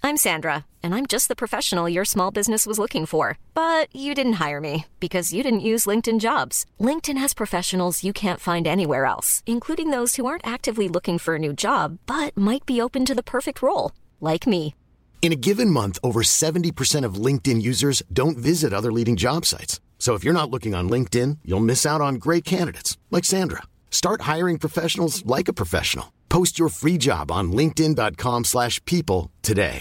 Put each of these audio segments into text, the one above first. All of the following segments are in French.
I'm Sandra, and I'm just the professional your small business was looking for. But you didn't hire me because you didn't use LinkedIn Jobs. LinkedIn has professionals you can't find anywhere else, including those who aren't actively looking for a new job, but might be open to the perfect role, like me. In a given month, over 70% of LinkedIn users don't visit other leading job sites. So if you're not looking on LinkedIn, you'll miss out on great candidates like Sandra. Start hiring professionals like a professional. Post your free job on linkedin.com/people today.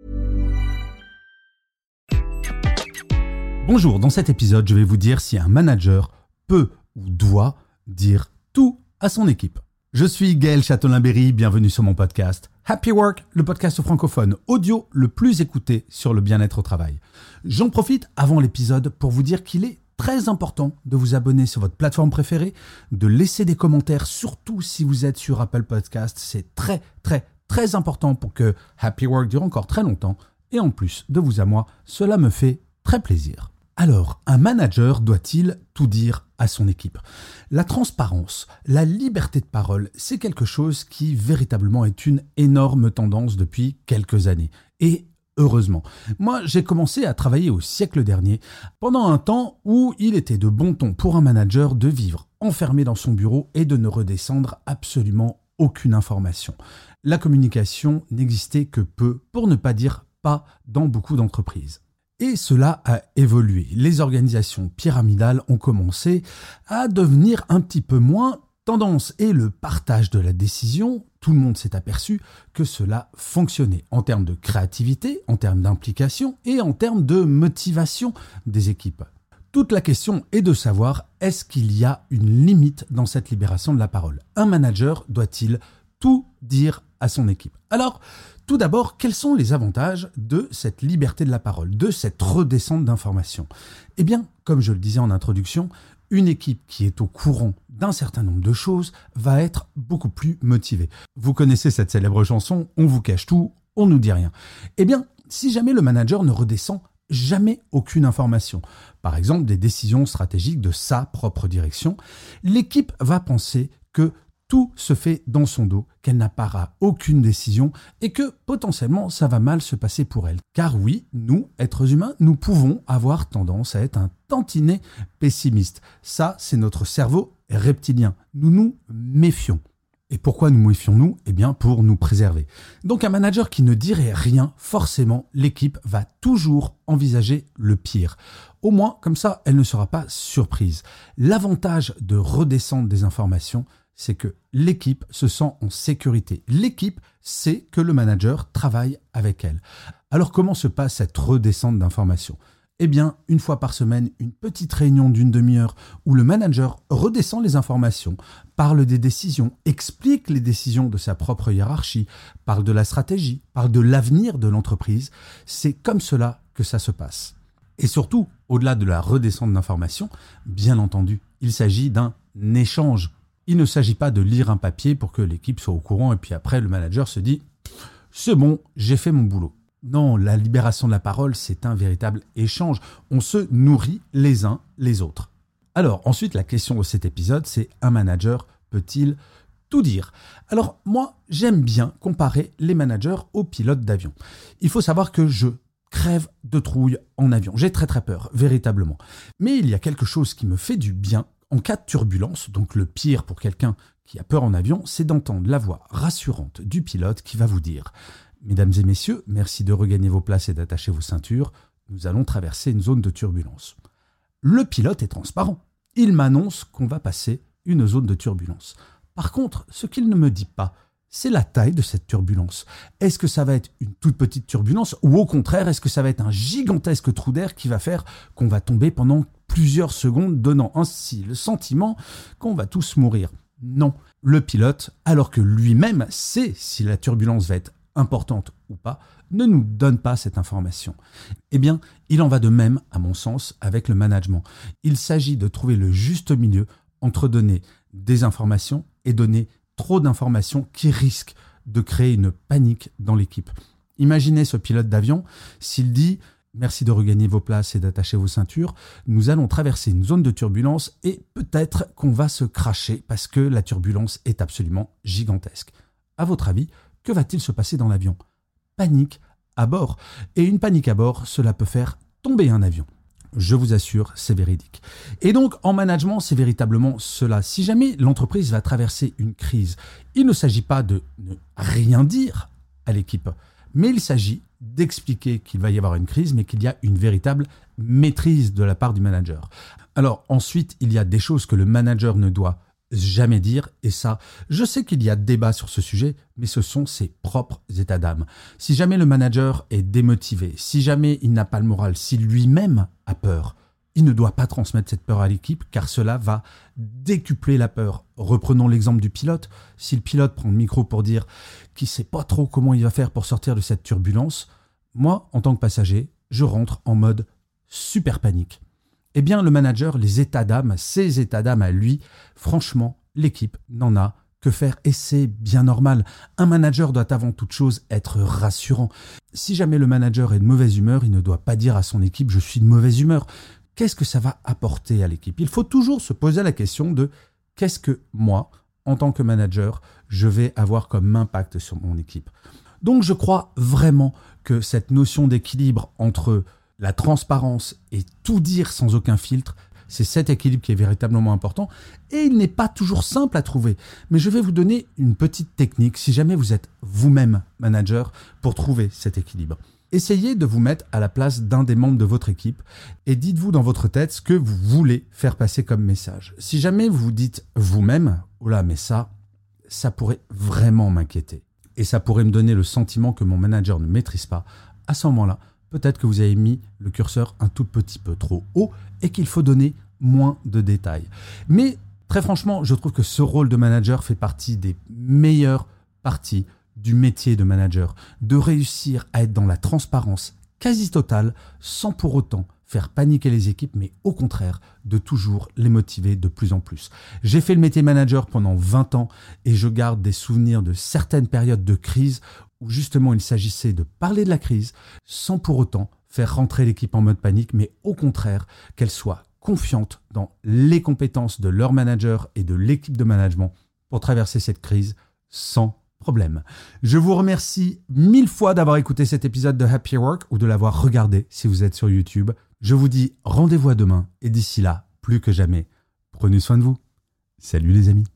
Bonjour, dans cet épisode, je vais vous dire si un manager peut ou doit dire tout à son équipe. Je suis Gaël Châtelain-Berry, bienvenue sur mon podcast Happy Work, le podcast francophone audio le plus écouté sur le bien-être au travail. J'en profite avant l'épisode pour vous dire qu'il est très important de vous abonner sur votre plateforme préférée, de laisser des commentaires, surtout si vous êtes sur Apple Podcast. C'est très important pour que Happy Work dure encore très longtemps. Et en plus, de vous à moi, cela me fait très plaisir. Alors, un manager doit-il tout dire à son équipe ? La transparence, la liberté de parole, c'est quelque chose qui véritablement est une énorme tendance depuis quelques années. Et heureusement. Moi, j'ai commencé à travailler au siècle dernier, pendant un temps où il était de bon ton pour un manager de vivre enfermé dans son bureau et de ne redescendre absolument aucune information. La communication n'existait que peu, pour ne pas dire pas, dans beaucoup d'entreprises. Et cela a évolué. Les organisations pyramidales ont commencé à devenir un petit peu moins tendance et le partage de la décision, tout le monde s'est aperçu que cela fonctionnait en termes de créativité, en termes d'implication et en termes de motivation des équipes. Toute la question est de savoir, est-ce qu'il y a une limite dans cette libération de la parole ? Un manager doit-il tout dire à son équipe ? Alors, tout d'abord, quels sont les avantages de cette liberté de la parole, de cette redescente d'informations ? Eh bien, comme je le disais en introduction, une équipe qui est au courant d'un certain nombre de choses va être beaucoup plus motivée. Vous connaissez cette célèbre chanson « On vous cache tout, on nous dit rien ». Eh bien, si jamais le manager ne redescend jamais aucune information, par exemple des décisions stratégiques de sa propre direction, l'équipe va penser que tout se fait dans son dos, qu'elle n'a part à aucune décision et que potentiellement ça va mal se passer pour elle. Car oui, nous, êtres humains, nous pouvons avoir tendance à être un tantinet pessimiste. Ça, c'est notre cerveau reptilien. Nous nous méfions. Et pourquoi nous méfions-nous ? Eh bien, pour nous préserver. Donc un manager qui ne dirait rien, forcément, l'équipe va toujours envisager le pire. Au moins, comme ça, elle ne sera pas surprise. L'avantage de redescendre des informations, c'est que l'équipe se sent en sécurité. L'équipe sait que le manager travaille avec elle. Alors comment se passe cette redescente d'informations ? Eh bien, une fois par semaine, une petite réunion d'une demi-heure où le manager redescend les informations, parle des décisions, explique les décisions de sa propre hiérarchie, parle de la stratégie, parle de l'avenir de l'entreprise. C'est comme cela que ça se passe. Et surtout, au-delà de la redescente d'informations, bien entendu, il s'agit d'un échange. Il ne s'agit pas de lire un papier pour que l'équipe soit au courant et puis après le manager se dit « c'est bon, j'ai fait mon boulot ». Non, la libération de la parole, c'est un véritable échange. On se nourrit les uns les autres. Alors ensuite, la question de cet épisode, c'est un manager peut-il tout dire ? Alors moi, j'aime bien comparer les managers aux pilotes d'avion. Il faut savoir que je crève de trouille en avion. J'ai très peur, véritablement. Mais il y a quelque chose qui me fait du bien en cas de turbulence, donc le pire pour quelqu'un qui a peur en avion, c'est d'entendre la voix rassurante du pilote qui va vous dire « Mesdames et messieurs, merci de regagner vos places et d'attacher vos ceintures. Nous allons traverser une zone de turbulence. » Le pilote est transparent. Il m'annonce qu'on va passer une zone de turbulence. Par contre, ce qu'il ne me dit pas, c'est la taille de cette turbulence. Est-ce que ça va être une toute petite turbulence ou au contraire, est-ce que ça va être un gigantesque trou d'air qui va faire qu'on va tomber pendant plusieurs secondes, donnant ainsi le sentiment qu'on va tous mourir ? Non, le pilote, alors que lui-même sait si la turbulence va être importante ou pas, ne nous donne pas cette information. Eh bien, il en va de même, à mon sens, avec le management. Il s'agit de trouver le juste milieu entre donner des informations et donner trop d'informations qui risquent de créer une panique dans l'équipe. Imaginez ce pilote d'avion, s'il dit « Merci de regagner vos places et d'attacher vos ceintures, nous allons traverser une zone de turbulence et peut-être qu'on va se cracher parce que la turbulence est absolument gigantesque. » À votre avis, que va-t-il se passer dans l'avion ? Panique à bord. Et une panique à bord, cela peut faire tomber un avion. Je vous assure, c'est véridique. Et donc, en management, c'est véritablement cela. Si jamais l'entreprise va traverser une crise, il ne s'agit pas de ne rien dire à l'équipe, mais il s'agit d'expliquer qu'il va y avoir une crise, mais qu'il y a une véritable maîtrise de la part du manager. Alors ensuite, il y a des choses que le manager ne doit jamais dire, et ça, je sais qu'il y a débat sur ce sujet, mais ce sont ses propres états d'âme. Si jamais le manager est démotivé, si jamais il n'a pas le moral, si lui-même a peur, il ne doit pas transmettre cette peur à l'équipe, car cela va décupler la peur. Reprenons l'exemple du pilote. Si le pilote prend le micro pour dire qu'il ne sait pas trop comment il va faire pour sortir de cette turbulence, moi, en tant que passager, je rentre en mode super panique. Eh bien, le manager, les états d'âme, ses états d'âme à lui, franchement, l'équipe n'en a que faire et c'est bien normal. Un manager doit avant toute chose être rassurant. Si jamais le manager est de mauvaise humeur, il ne doit pas dire à son équipe « je suis de mauvaise humeur ». Qu'est-ce que ça va apporter à l'équipe ? Il faut toujours se poser la question de « qu'est-ce que moi, en tant que manager, je vais avoir comme impact sur mon équipe ?» Donc, je crois vraiment que cette notion d'équilibre entre la transparence et tout dire sans aucun filtre, c'est cet équilibre qui est véritablement important et il n'est pas toujours simple à trouver. Mais je vais vous donner une petite technique si jamais vous êtes vous-même manager pour trouver cet équilibre. Essayez de vous mettre à la place d'un des membres de votre équipe et dites-vous dans votre tête ce que vous voulez faire passer comme message. Si jamais vous vous dites vous-même, oh là, mais ça pourrait vraiment m'inquiéter et ça pourrait me donner le sentiment que mon manager ne maîtrise pas, à ce moment-là, peut-être que vous avez mis le curseur un tout petit peu trop haut et qu'il faut donner moins de détails. Mais très franchement, je trouve que ce rôle de manager fait partie des meilleures parties du métier de manager, de réussir à être dans la transparence quasi totale sans pour autant faire paniquer les équipes, mais au contraire, de toujours les motiver de plus en plus. J'ai fait le métier manager pendant 20 ans et je garde des souvenirs de certaines périodes de crise où justement il s'agissait de parler de la crise sans pour autant faire rentrer l'équipe en mode panique, mais au contraire qu'elle soit confiante dans les compétences de leur manager et de l'équipe de management pour traverser cette crise sans problème. Je vous remercie 1000 fois d'avoir écouté cet épisode de Happy Work ou de l'avoir regardé si vous êtes sur YouTube. Je vous dis rendez-vous à demain et d'ici là, plus que jamais, prenez soin de vous. Salut les amis.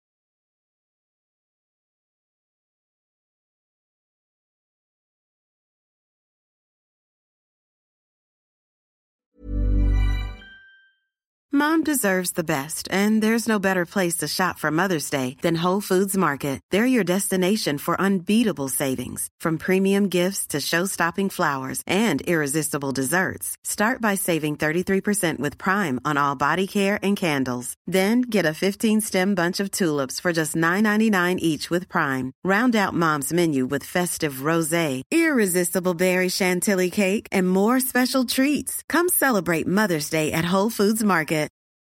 Mom deserves the best, and there's no better place to shop for Mother's Day than Whole Foods Market. They're your destination for unbeatable savings, from premium gifts to show-stopping flowers and irresistible desserts. Start by saving 33% with Prime on all body care and candles. Then get a 15-stem bunch of tulips for just $9.99 each with Prime. Round out Mom's menu with festive rosé, irresistible berry chantilly cake, and more special treats. Come celebrate Mother's Day at Whole Foods Market.